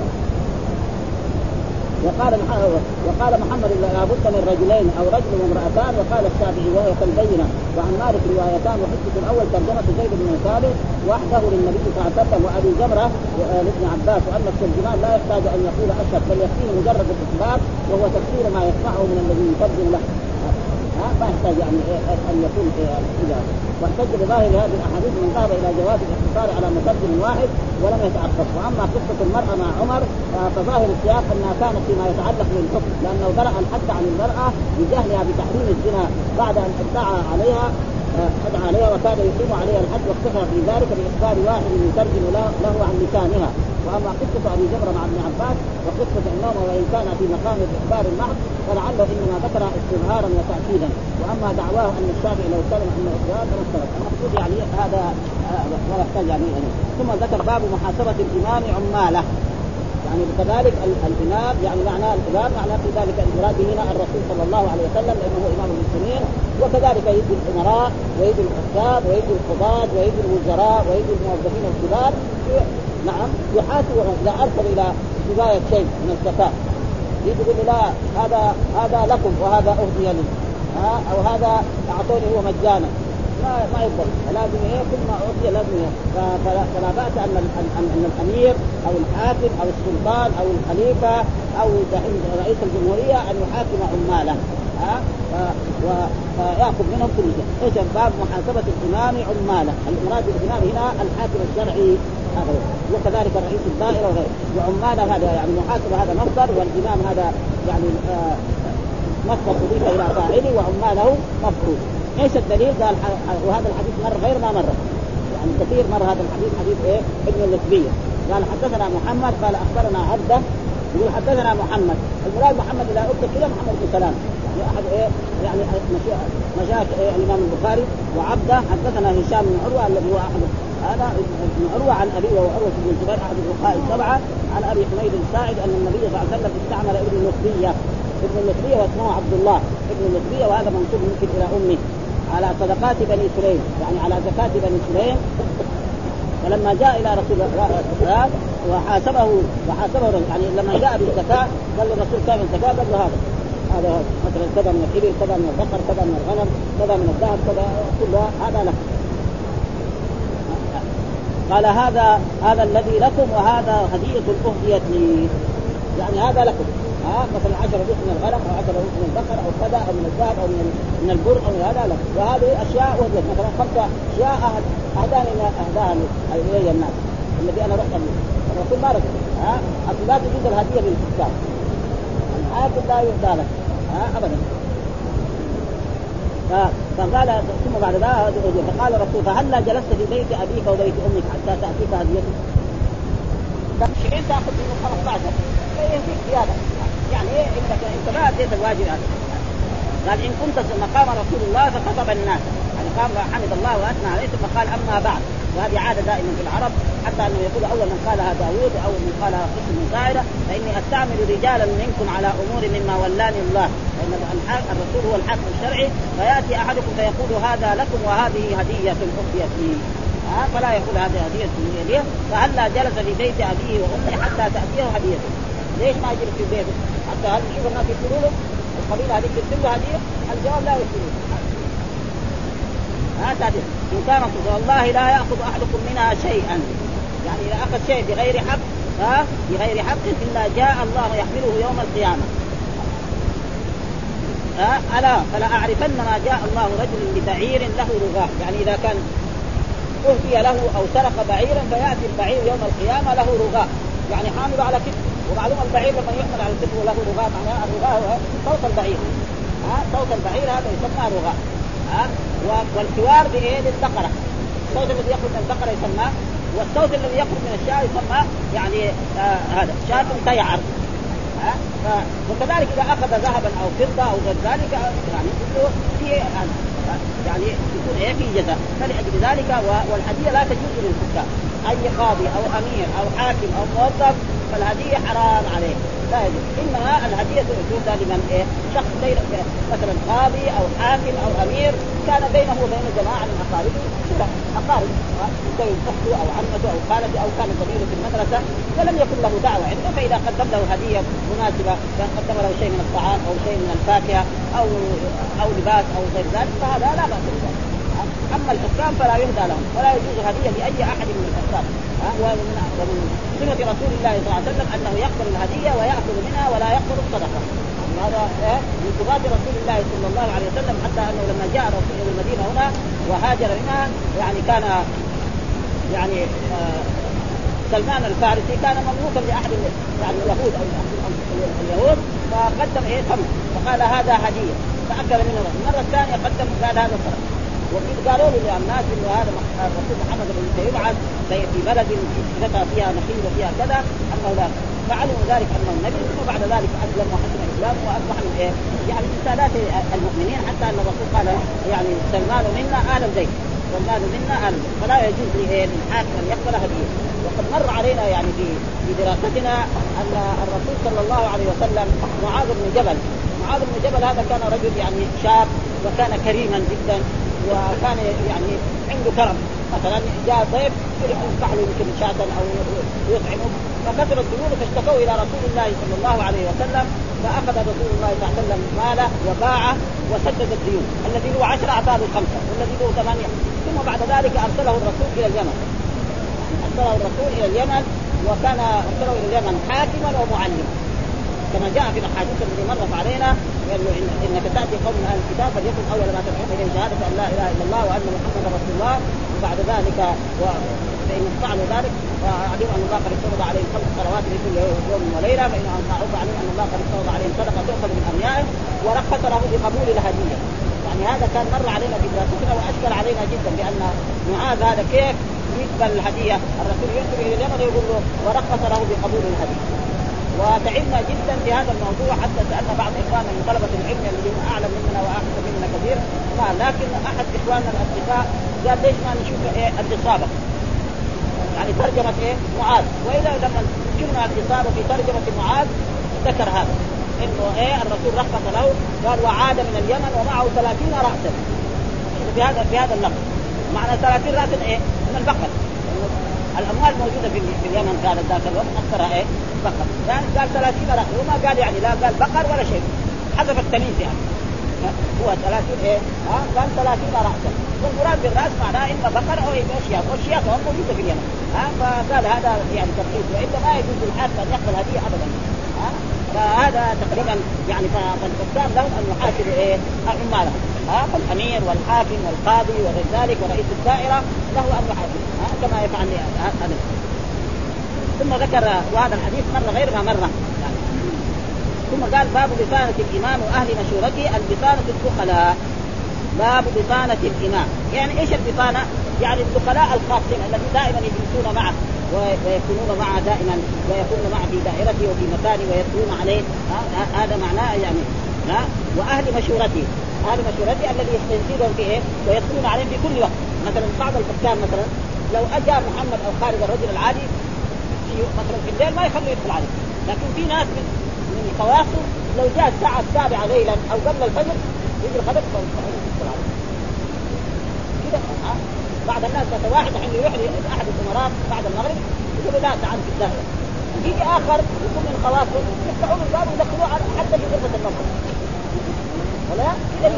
وقال محمد لا بد من رجلين او رجل وامرأتان، وقال الشافعي وهي كالبينة. وعن مالك روايتان، وحجة الاول ترجمة زيد بن ثابت وحده للنبي صلى الله عليه وسلم وابي جمرة لابن عباس، وان الترجمان لا يحتاج ان يقول اشهد بل يكفيه مجرد الاثبات وهو تفسير ما يسمعه من الذي يترجم له، ما يحتاج يعني ان يكون كذا. واحتج بظاهر هذه الاحاديث من ذهب الى جواز الاقتصار على مترجم واحد ولم يتعقب. واما قصه المراه مع عمر فظاهر السياق انها كانت فيما يتعلق بالحكم، لانه درأ الحد عن المراه بجهلها بتحريم الزنا بعد ان ادعى عليها وكاد يقيم عليها الحد، واكتفى في ذلك باخبار واحد يترجم له عن لسانها. واما قصه ابي جمره مع ابن عباس وقصه النوم وان كان في مقام الاخبار المحض فلعله انما ذكرها استظهارا وتاكيدا. واما دعواه ان الشافعي لو سلم ان الاخبار فمستند المقصود يعني هذا ولا يحتاج يعني. ثم ذكر باب محاسبه الامام عماله، يعني كذلك الامام يعني معناه الامام معناه في ذلك المراد هنا الرسول صلى الله عليه وسلم لانه هو امام المسلمين، وكذلك يجي الامراء ويجي الحكام ويجي القضاة ويجي الوزراء ويجي الموظفين الكبار. نعم يحاسبوا اذا ارسل الى بداية شيء من الزكاة يقول لا هذا لكم وهذا اهدي لي او هذا اعطوني هو مجانا، ما يقبل، لازم كل ما اعطي لازم. فلا باس ان الامير او الحاكم او السلطان او الخليفه او رئيس الجمهوريه ان يحاكم عماله ويأخذ منهم كل شيء. ايش باب محاسبة الإمام عماله؟ المراد بالإمام هنا الحاكم الشرعي هذا، وكذلك رئيس الدائرة وغيره. وعماله هذا يعني محاسبة هذا مصدر، والإمام هذا يعني مصدر أضيف إلى فاعله وعماله مفعول. ايش الدليل؟ قال وهذا الحديث مر غير ما مر، يعني كثير مر هذا الحديث حديث ابن اللتبية. قال حدثنا محمد قال أخبرنا عبده، يقول حدثنا محمد، المراد محمد لا أكتب كده محمد بن سلام أحد يعني مشايخ الإمام البخاري. وعبده حدثنا هشام بن عروة الذي هو أحد هذا ابن عروة عن أبي وعروة بن الزبير أحد الفقهاء السبعة عن أبي حميد الساعد أن النبي صلى الله عليه وسلم استعمل ابن اللتبية واسمه عبد الله ابن اللتبية، وهذا منسوب يمكن إلى أمه على صدقات بني سليم يعني على زكاة بني سليم. فلما جاء إلى رسول الله وحاسبه يعني لما جاء بالزكاة قال للرسول كم الزكاة؟ قال له هذا مثلا كذا من الإبل كذا من البقر كذا من الغنم كذا من الذهب كذا كلها هذا لك. قال هذا الذي لكم وهذا هدية أهديت لي، يعني هذا لكم مثلا 10 بيت من الغنم او 10 بيت من البقر او كذا او من الذهب او من البر او هذا لا. وهذه اشياء وجدت مثلا 5 اشياء اهداها الي الناس الذي انا رحت له الرسول ما رجع لا تجوز الهديه للحكام الحاكم لا يهدى لك ابدا. فقال ثم بعد ذلك فقال الرسول فهلا جلست في بيت ابيك وبيت امك حتى تاتيك هديتك شيء تاخذ منه 15 فيك زياده يعني انت ما اديت الواجب هذا. قال ان كنت مقام رسول الله فخطب الناس يعني قام حمد الله واثنى عليه ثم قال اما بعد. وهذه عاده دائما في العرب حتى انه يقول اول من قالها داوود او من قالها قسم من قائله فاني استعمل رجالا منكم على امور مما ولاني الله لان الرسول هو الحاكم الشرعي فياتي احدكم فيقول هذا لكم وهذه هديه اخفيت لي فلا يقول هذه هديه من يديه. فهلا جلس في بيت ابيه وامه حتى تاتيه هديته. ليش ما يجلس في بيته حتى هل نشوف الناس يقولوا له القبيله هذه تكتب له هديه؟ الجواب لا يقولون هذا إن كان والله لا يأخذ أحدكم منها شيئا يعني إذا أخذ شيء بغير حق بغير حق إلا جاء الله يحمله يوم القيامة. ألا فلا أعرفن ما جاء الله رجل ببعير له رغاء يعني إذا كان أهدي له أو سرق بعيرا فيأتي البعير يوم القيامة له رغاء يعني حامل على كتف. ومعلوم البعير لما يحمل على كتف له رغاء معناه الرغاء هو صوت البعير صوت البعير هذا يسمى رغاء. والحوار بإيه للبقرة الصوت الذي يخرج من البقرة يسمى والصوت الذي يخرج من الشاة يسمى يعني هذا شاة تيعر. وكذلك إذا أخذ ذهبا أو فضة أو غير ذلك يعني في يعني يكون إيه في جزاء. فلأجل ذلك والهدية لا تجوز للحكام أي قاضي أو أمير أو حاكم أو موظف فالهدية حرام عليه لا يجوز. إنما الهدية تجوز لمن إيه شخص مثلا قاضي أو حاكم أو أمير كان بينه وبين جماعة من أقاربه أقارب زي أخته أو عمته أو خالته أو كان زميله في المدرسة فلم يكن له دعوة عنده فإذا قدم له هدية مناسبة كان قدم له شيء من الطعام أو شيء من الفاكهة أو لباس أو غير ذلك فهذا لا بأس به. أما الحكام فلا يهدى لهم ولا يجوز هدية لأي أحد من الحكام. ومن سنة رسول الله صلى الله عليه وسلم أنه يقبل الهدية ويأخذ منها ولا يقبل الصدقة. هذا من صفات رسول الله صلى الله عليه وسلم حتى أنه لما جاء رسول إلى المدينة هنا وهاجر منها يعني كان يعني سلمان الفارسي كان مملوكا لأحد يعني اليهود أو اليهود فقدم تمر فقال هذا هدية فأكل منه. المرة الثانية قدم قال هذا صدقة. وقد قالوا للناس إنه هذا الرسول محمد سيبعث في بلد فيها نخيل وفيها كذا أنه لا فعلموا ذلك أنه النبي ثم بعد ذلك أسلم وحسن إسلامه وأصبح من يعني من سادات المؤمنين حتى أن الرسول قال يعني سلمان منا آل البيت سلمان منا آل البيت فلا يجوز للحاكم أن يقبل هدية. وقد مر علينا يعني في دراستنا أن الرسول صلى الله عليه وسلم معاذ بن جبل هذا كان رجل يعني شاب وكان كريما جدا وكان يعني عنده كرم. مثلا جاء ضيف يفتح له يمكن شاة أو يطعمه فكثر الديون فاشتكوا إلى رسول الله صلى الله عليه وسلم فأخذ رسول الله صلى الله عليه وسلم ماله وباعه وسدد الديون الذي له 10 أعطاه 5 والذي له 8 ثم بعد ذلك أرسله الرسول إلى اليمن وكان أرسله إلى اليمن حاكما ومعلما كما جاء في الحديث الذي مرت علينا إنك تأتي قوم من أهل الكتاب فليكن أول ما تدعوهم إليه شهادة أن لا إله إلا الله وأن محمدا رسول الله وبعد ذلك فإن فعلوا ذلك وعلموا أن الله قد افترض عليهم 5 صلوات لكل يوم وليلة فإن أنفعوا فعلموا أن الله قد افترض عليهم صدقة تؤخذ من أغنيائهم ورخص له بقبول الهدية. يعني هذا كان مر علينا في دراستنا وأشكل علينا جدا لأن معاذ هذا كيف يقبل الهدية الرسول يرسل إلى اليمن يقول له ورخص له بقبول الهدية. وتعبنا جدا في هذا الموضوع حتى سألنا بعض إخواننا من طلبة العلم الذين أعلم مننا وأحسن مننا كثير لكن أحد إخواننا الأصدقاء قال ليش ما نشوف الإصابة يعني ترجمة معاذ. وإذا لما شفنا الإصابة في ترجمة معاذ ذكر هذا إنه الرسول رخص له قال وعاد من اليمن ومعه 30 رأسا في هذا اللفظ معنى 30 رأسا من البقر. الأموال موجودة في اليمن كانت ذاك الوقت أكثرها بقر يعني قال 30 رأس وما قال يعني لا قال بقر ولا شيء حذف التمييز يعني هو 30 قال 30 رأسا والمراد بالرأس معناه إما بقر أو أشياء والأشياء موجودة في اليمن فقال هذا يعني ترخيص وإلا ما يجوز للحاكم أن يقبل هدية أبدا فهذا تقريبا يعني فالحكام لهم أن يحاسبوا عمالهم. فالأمير والحاكم والقاضي وغير ذلك ورئيس الدائرة له أن يحاسب كما يفعل هذا. ثم ذكر وهذا الحديث مرة غير ما مرة يعني. ثم قال باب بطانة الإمام وأهل مشورته البطانة الدخلاء. باب بطانة الإمام يعني إيش البطانة؟ يعني الدخلاء الخاصين الذين دائما يجلسون معه ويكونون معه دائما ويكونون معه في دائرته وفي مكانه ويتلون عليه. هذا معناه يعني. وأهل مشورته أهل مشورته الذي يستنزلهم في ويتلون عليهم في كل وقت. مثلا بعض الحكام مثلا لو أجا محمد أو خالد الرجل العادي مثلا في الليل ما يخلوا يدخل عليه، لكن في ناس من خواصه لو جاء الساعة 7 ليلا أو قبل الفجر يجي الخبر يدخل عليه كده. بعض الناس واحد حين يروح لأحد الأمراء بعد المغرب يقول لا تعال في الدائرة، يجي آخر يكون من خواصه يفتحون الباب ويدخلوه حتى في غرفة النظر ولا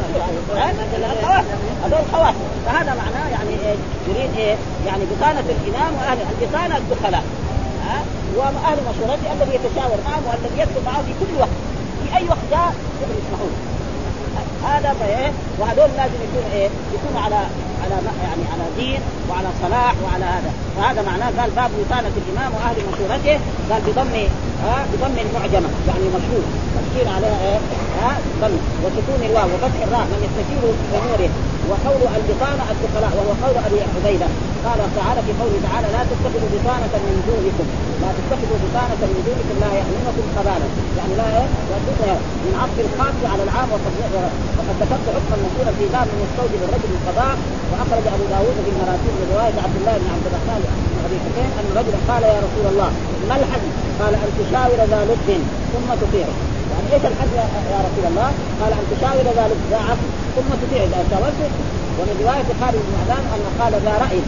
هذا الخواص. فهذا معناه يعني يريد يعني بطانة الإمام وأهل البطانة الدخلاء وأهل مشورته الذي يتشاور معهم والذي يدخل معهم في كل وقت في أي وقت جاء يسمعون. هذا وهذول لازم يكونوا على يعني على دين وعلى صلاح وعلى هذا. فهذا معناه قال باب بطانة الإمام وأهل مشورته قال بضم المعجمة يعني مشهور تشكيل عليها ضم وسكون الواو وفتح الراء من يستشير في أموره. وقول البطانة الدخلاء وهو قول أبي عبيدة قال تعالى في قوله تعالى لا تتخذوا بطانة من دونكم لا تتخذوا بطانة من دونكم لا يأمنكم خبالا يعني لا من عطف الخاص على العام. وقد ذكرت حكما مشهورا في باب من يستوجب الرجل القضاء. وأخرج أبو داود في المراسيل من رواية عبد الله بن عبد الرحمن بن أبي حسين أن رجلا قال يا رسول الله ما الحج؟ قال أن تشاور ذا لب ثم تطيعه. يعني ايش الحج يا رسول الله؟ قال ان تشاور ذا لب ذا عقل ثم تطيع اذا شاورت. ومن روايه خالد بن معدان ان قال ذا راي.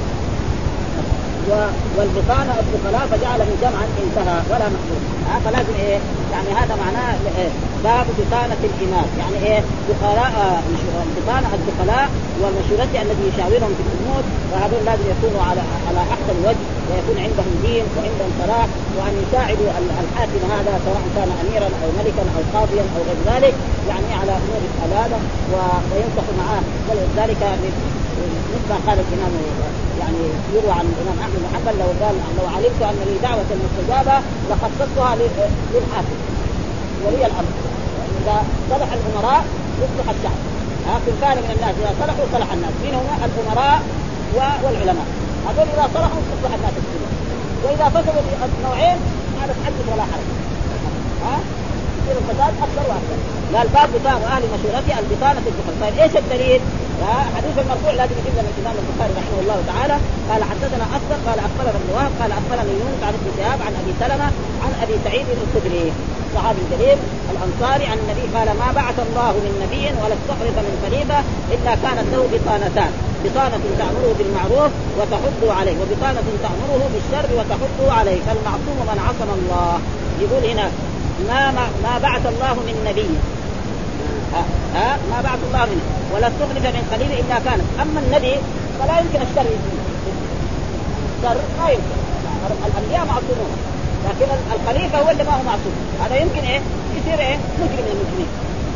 والبطانه الدخلاء فجعله جمعا انتهى ولا مخلوق. فلازم يعني هذا معناه باب بطانه الامام يعني دخلاء بطانه الدخلاء والمشورة الذي يشاورهم في الامور. فهذول لازم يكونوا على احسن وجه ويكون عندهم دين وعندهم صلاح وان يساعدوا الحاكم هذا سواء كان اميرا او ملكا او قاضيا او غير ذلك يعني على امور العباده وينصح معاه. ولذلك مثل ما قال الامام يعني يروى عن الامام احمد بن حنبل لو علمت ان لي دعوه مستجابه لخصصتها للحاكم ولي الامر. اذا صلح الامراء يصلح الشعب. لكن كان من الناس اذا صلحوا صلح الناس. من هم الامراء والعلماء هذول اذا صلحوا تصلح الناس كلهم. واذا فسدوا النوعين هذا حدث ولا حرج. يصير الفساد اكثر واكثر. لا الباب بطانة واهل مشورته البطانه الدخل. طيب ايش الدليل؟ حديث المرفوع لازم يجيب لنا الامام البخاري رحمه الله تعالى قال حدثنا اصدق قال اخبرنا ابن وهب قال اخبرني يونس عن ابن شهاب عن ابي سلمة عن ابي سعيد الخدري صحابي الجليل الانصاري عن النبي قال ما بعث الله من نبي ولا استخلف من خليفه الا كانت له بطانتان بطانه تامره بالمعروف وتحض عليه وبطانه تامره بالشر وتحض عليه فالمعصوم من عصم الله. يقول هنا ما بعث الله من نبي ما بعث الله منه ولا استخلف من خليل إلا كانت. أما النبي فلا يمكن الشر ما يمكن. الأنبياء معصومون لكن الخليفة هو اللي ما هو معصوم. هذا يمكن يصير مجرم من المجرمين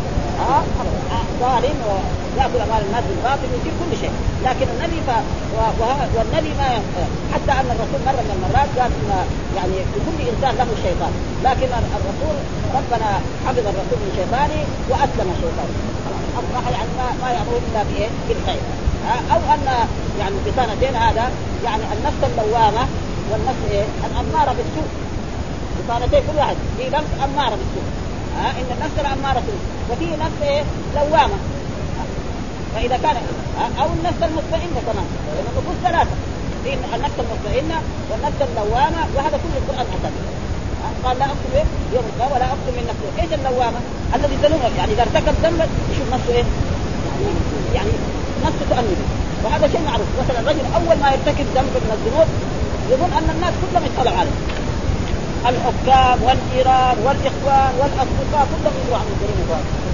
ظالم ويأكل أموال الناس بالباطل ويصير كل شيء. لكن النبي والنبي ما حتى أن الرسول مرة من المرات قال إن يعني لكل إنسان له شيطان لكن الرسول ربنا حفظ الرسول من شيطانه وأسلم شيطانه أصبح يعني ما يأمر إلا بالخير. أو أن يعني بطانتين هذا يعني النفس اللوامة والنفس الأمارة بالسوء. بطانتين كل واحد في نفس أمارة بالسوء إن النفس الأمارة وفي نفس لوامة. فإذا كان أو النفس المطمئنة كمان لأن النفوس ثلاثة في النفس المطمئنة والنفس اللوامة وهذا كل القرآن أتى قال لا أقتل يوم القيامة ولا أقتل من نفسه. إيش اللوامة؟ الذي ذنوبه يعني إذا ارتكب ذنبا يشوف نفسه يعني نفسه تؤمنه. وهذا شيء معروف. مثلا الرجل أول ما يرتكب ذنب من الذنوب يظن أن الناس كلهم يطلعوا عليه الحكام والجيران والإخوان والأصدقاء كلهم يدعوا عن الجريمة.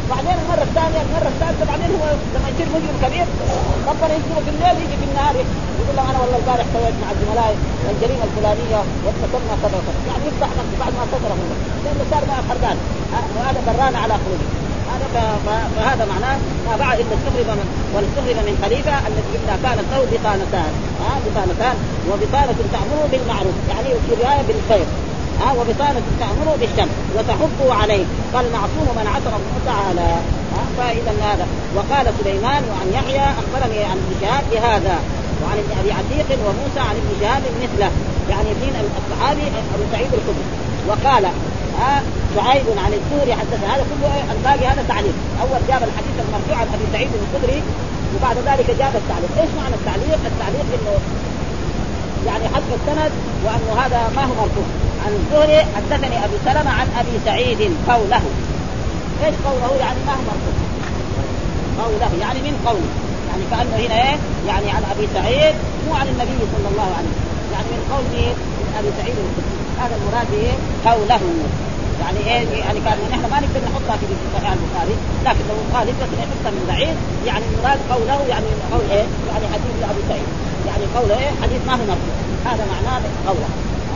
بعدين المره الثانيه المره الثالثه بعدين هو لما يصير مجرم كبير ربنا يذكره في الليل يجي في النهار يقول له انا والله البارح سويت مع الزملاء الجريمه الفلانيه وارتكبنا كذا وكذا، يعني يفتح نفسه بعد ما صدره منه لانه صار ما خربان وهذا بران على خروجه. هذا فهذا معناه ما بعد الا والاستخرج من خليفه التي اذا كانت له بطانتان بطانتان وبطانه تامره بالمعروف يعني في روايه بالخير وبطانه تامره بالشر وتحبه عليه فالمعصوم من عصم الله تعالى. فاذا هذا. وقال سليمان وعن يحيى اخبرني عن ابن شهاب بهذا وعن ابن ابي عتيق وموسى عن ابن شهاب مثله يعني اثنين الصحابي ابو سعيد الخدري. وقال شعيب عن الزهري حدثنا. هذا كله الباقي هذا تعليق. اول جاب الحديث المرفوع عن ابي سعيد الخدري وبعد ذلك جاب التعليق. ايش معنى التعليق؟ التعليق انه يعني حذف السند وانه هذا ما هو مرفوع. عن الزهري حدثني ابي سلمة عن ابي سعيد قوله. ايش قوله؟ يعني ما هو مرفوع قوله يعني من قوله يعني كأنه هنا ايه يعني عن ابي سعيد مو عن النبي صلى الله عليه وسلم يعني من قوله من ابي سعيد الخدري. هذا المراد ايه قوله يعني ايه يعني كان نحن ما نقدر نحطها في صحيح البخاري لكن لو مخالف بس نحطها من بعيد يعني المراد قوله يعني قول ايه يعني حديث ابي سعيد يعني قوله ايه حديث ما هو مرفوع. هذا معناه قوله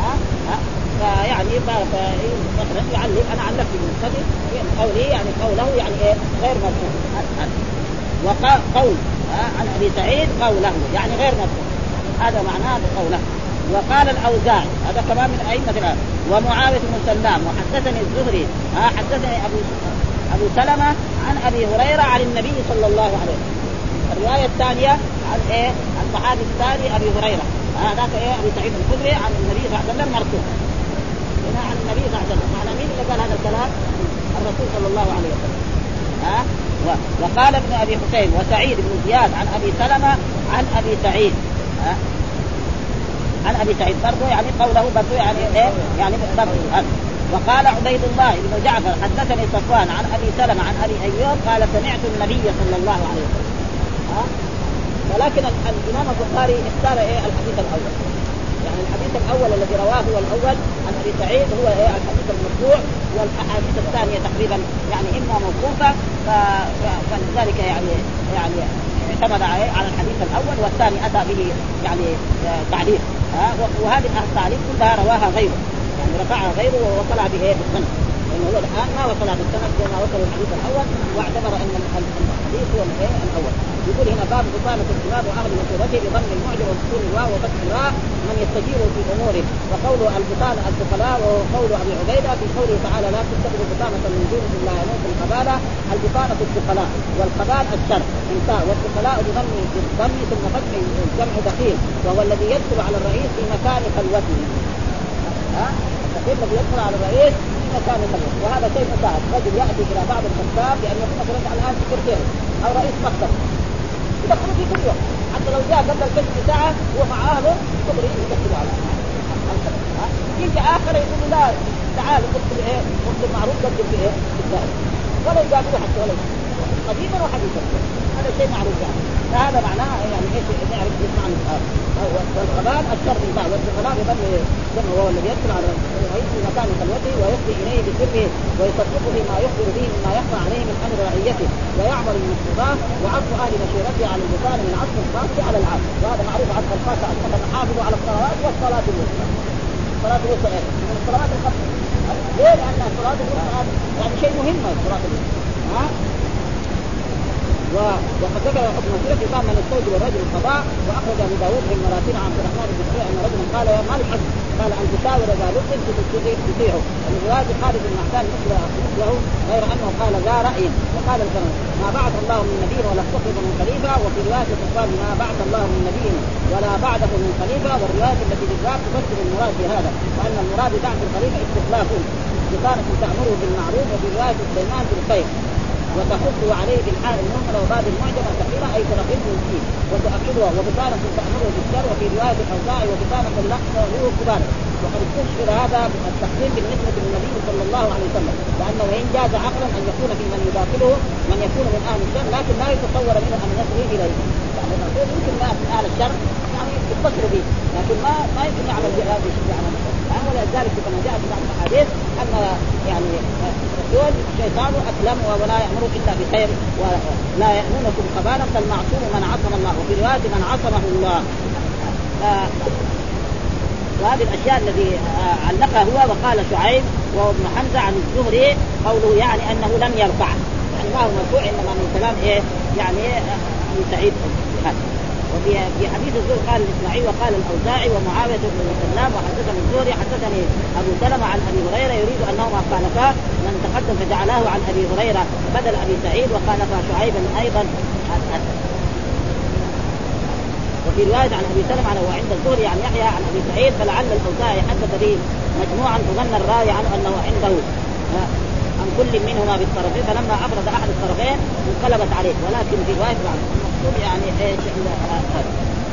فيعني مثلا يعلق انا علقت بالمستدل قولي يعني قوله يعني ايه غير مرفوع. وقول عن ابي سعيد قوله يعني غير مرفوع. هذا معناه قوله. وقال الاوزاعي هذا كمان من ائمه العلم. ومعاويه بن سلام وحدثني الزهري حدثني ابو سلمة عن ابي هريره عن النبي صلى الله عليه وسلم. الروايه الثانيه عن ايه عن الصحابي الثاني ابي هريره هذاك ايه ابي سعيد الخدري عن النبي صلى الله عليه وسلم مرفوع. هنا عن النبي صلى الله عليه وسلم. معنى مين اللي قال هذا الكلام؟ الرسول صلى الله عليه وسلم. وقال ابن ابي حسين وسعيد بن زياد عن ابي سلمة عن ابي سعيد عن ابي سعيد برضه يعني قوله برضه يعني ايه يعني برضه. وقال عبيد الله بن جعفر حدثني صفوان عن ابي سلمة عن ابي ايوب قال سمعت النبي صلى الله عليه وسلم. ولكن الامام البخاري اختار ايه الحديث الاول يعني الحديث الاول الذي رواه هو الاول عن ابي سعيد هو ايه الحديث المرفوع والاحاديث الثانيه تقريبا يعني اما موقوفه فلذلك يعني اعتمد على الحديث الاول والثاني اتى به يعني تعليق وهذه التعليق كلها رواها غيره يعني رفعها غيره ووصلها بايه بالسند لانه هو الان ما وصلها بالسند لما وصل الحديث الاول واعتبر ان الحديث هو الايه الاول. يقول هنا باب بطانة الكتاب واخذ مسؤولته بضم المعجم وسكون الواو وفتح الراء من يستجير في اموره. وقول البطانة البخلاء وقول ابي عبيده في قوله تعالى لا تتخذوا بطانة من دونكم لا ينوكم الخبالة. البطانة البخلاء والخبال الشر انتهى. والبخلاء بضم ثم فتح جمع دخيل وهو الذي يدخل على الرئيس في مكان خلوته. الدخيل الذي يدخل على الرئيس في مكان خلوته وهذا شيء مساعد. رجل ياتي الى بعض الحكام بان يكون مثلا الان سكرتير او رئيس مكتب يدخلوا فيه كل يوم حتى لو جاء قبل الكلمة ساعة هو مع أهله تقدر يدخلوا على يجي آخر يقول لا تعال ادخل إيه ادخل معروف قدم في إيه بالدائم ولا يقابلوا حتى ولا قديما وحديثا. هذا شيء معروف يعني. فهذا معناه يعني إيش نعرف نسمع عن والخبال الشر بالبعض والخبال يضم جمع وهو الذي يدخل على الرئيس في مكان خلوته ويفضي إليه بسره ويصدقه بما يخبر به مما يخفى عليه من أمر رعيته ويعمل بالمقتضاه وعطف أهل مشيرته على البطانة من عطف الخاص على العام. وهذا معروف عطف الخاص على حافظوا على الصلوات والصلاة الوسطى. الصلاة الوسطى من الصلوات الخمس. ليه؟ لأن الصلاة الوسطى يعني شيء مهم الصلاة الوسطى. وقد ذكر حكم مسيرة قام من الزوج والرجل القضاء. واخرج ابو داود في المراسيل عن عبد الرحمن بن مسعود ان رجلا قال يا مالك قال ان تشاور ذا لطف تطيعه. ومن روايه خالد بن معدان مثله غير انه قال ذا راي. وقال الكلام ما بعث الله من نبي ولا استخلف من خليفه. وفي روايه قال ما بعث الله من نبي ولا بعده من خليفه. والروايه التي بالذات تفسر المراد بهذا وان المراد بعث الخليفه استخلافه بطانة تأمره بالمعروف. وفي روايه سليمان بالخير وتحثه عليه بالحال المهملة وبعد المعجمة كثيرة أي ترغبه فيه وتؤكدها. وبطانة تأمره بالشر. وفي رواية الأوزاعي وبطانة اللحظة هو كبار. وقد استشهر هذا التقديم بالنسبة للنبي صلى الله عليه وسلم لأنه إن جاز عقلا أن يكون في من يداخله من يكون من أهل الشر لكن لا يتصور منه أن يصل إليه. يعني يمكن من أهل الشر يعني يتصل به، لكن ما يمكن يعمل هذا الشيء على نفسه. ولذلك كما جاء في بعض الأحاديث أن يعني الرسول الشيطان أسلم ولا يأمرك إلا بخير ولا يأمنكم خبالا فالمعصوم من عصم الله، وفي رواية من عصمه الله. وهذه الأشياء الذي علقها هو وقال شعيب وابن حمزة عن الزهري قوله يعني أنه لم يرفع، يعني ما هو مرفوع إنما من كلام يعني من سعيد. وفي حديث الزهري قال الإسماعيلي وقال الأوزاعي ومعاوية بن سلام وحدثني الزهري حدثني أبو سلمة عن أبي هريرة يريد أنهما خالفا من تقدم فجعلاه عن أبي هريرة بدل أبي سعيد وخالفا شعيبا أيضا. وفي رواية عن أبي سلمة عنه وعند الزهري عن يحيى عن أبي سعيد فلعل الأوزاعي حدث به مجموعا فظن الراوي عنه أنه عنده عن كل منهما بالطرفين، فلما أفرد أحد الطرفين انقلبت عليه. ولكن في رواية بعض المقصود يعني إيش هذا.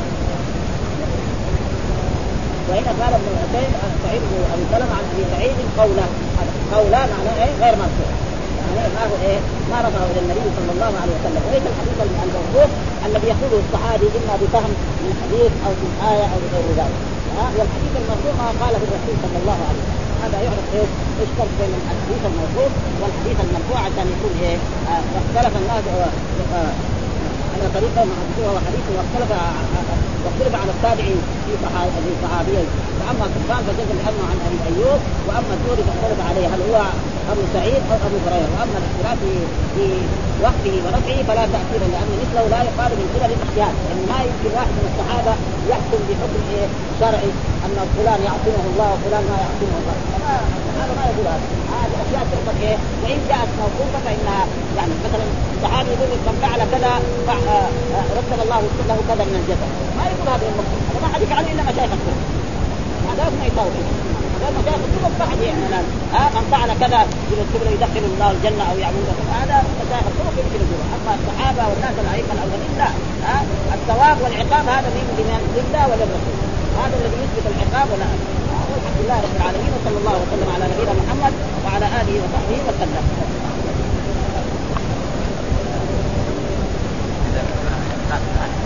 وهنا قال ابن الحسين سعيد بن أبي سلمة عن أبي سعيد قولا معناه غير مرفوع، يعني ما هو ما رفعه إلى النبي صلى الله عليه وسلم. وليس الحديث الموقوف الذي يقوله الصحابي إما بفهم من حديث أو من آية أو بغير ذلك. والحديث المرفوع ما قاله الرسول صلى الله عليه وسلم. هذا يعرف ايش فرق بين الحديث الموقوف والحديث المرفوع عشان يكون واختلف الناس على طريقه محدثوها وحديثه واختلف على التابعي في صحابيين. فاما سفيان فجزم بانه عن ابي ايوب، واما الزهري فاختلف عليه هل هو ابو سعيد او ابو هريره. واما الاختلاف في وقته ورفعه فلا تاثير لان مثله لا يقال من قبل الاحتياط، يعني ما يمكن واحد من الصحابه يحكم بحكم شرعي ان فلان يعصمه الله وفلان ما يعصمه الله. هذا ما يقول هذه اشياء تؤمن وان جاءت موقوفه فانها يعني مثلا الصحابي يقول من فعل كذا رتب الله له كذا من الجزاء، ما يقول هذا الموقوف. هذا ما حدث عليه الا مشايخ السنه، هذا ما يساوي هذا مشايخ السنه بعد يعني من فعل كذا يدخل الله الجنه او يعمل هذا مشايخ السنه يمكن يقول. اما الصحابه والناس الائمه الاولين لا، الثواب والعقاب هذا من لله وللرسول، هذا الذي يثبت العقاب ولا. الحمد لله رب العالمين وصلى الله وسلم على نبينا محمد وعلى اله وصحبه وسلم.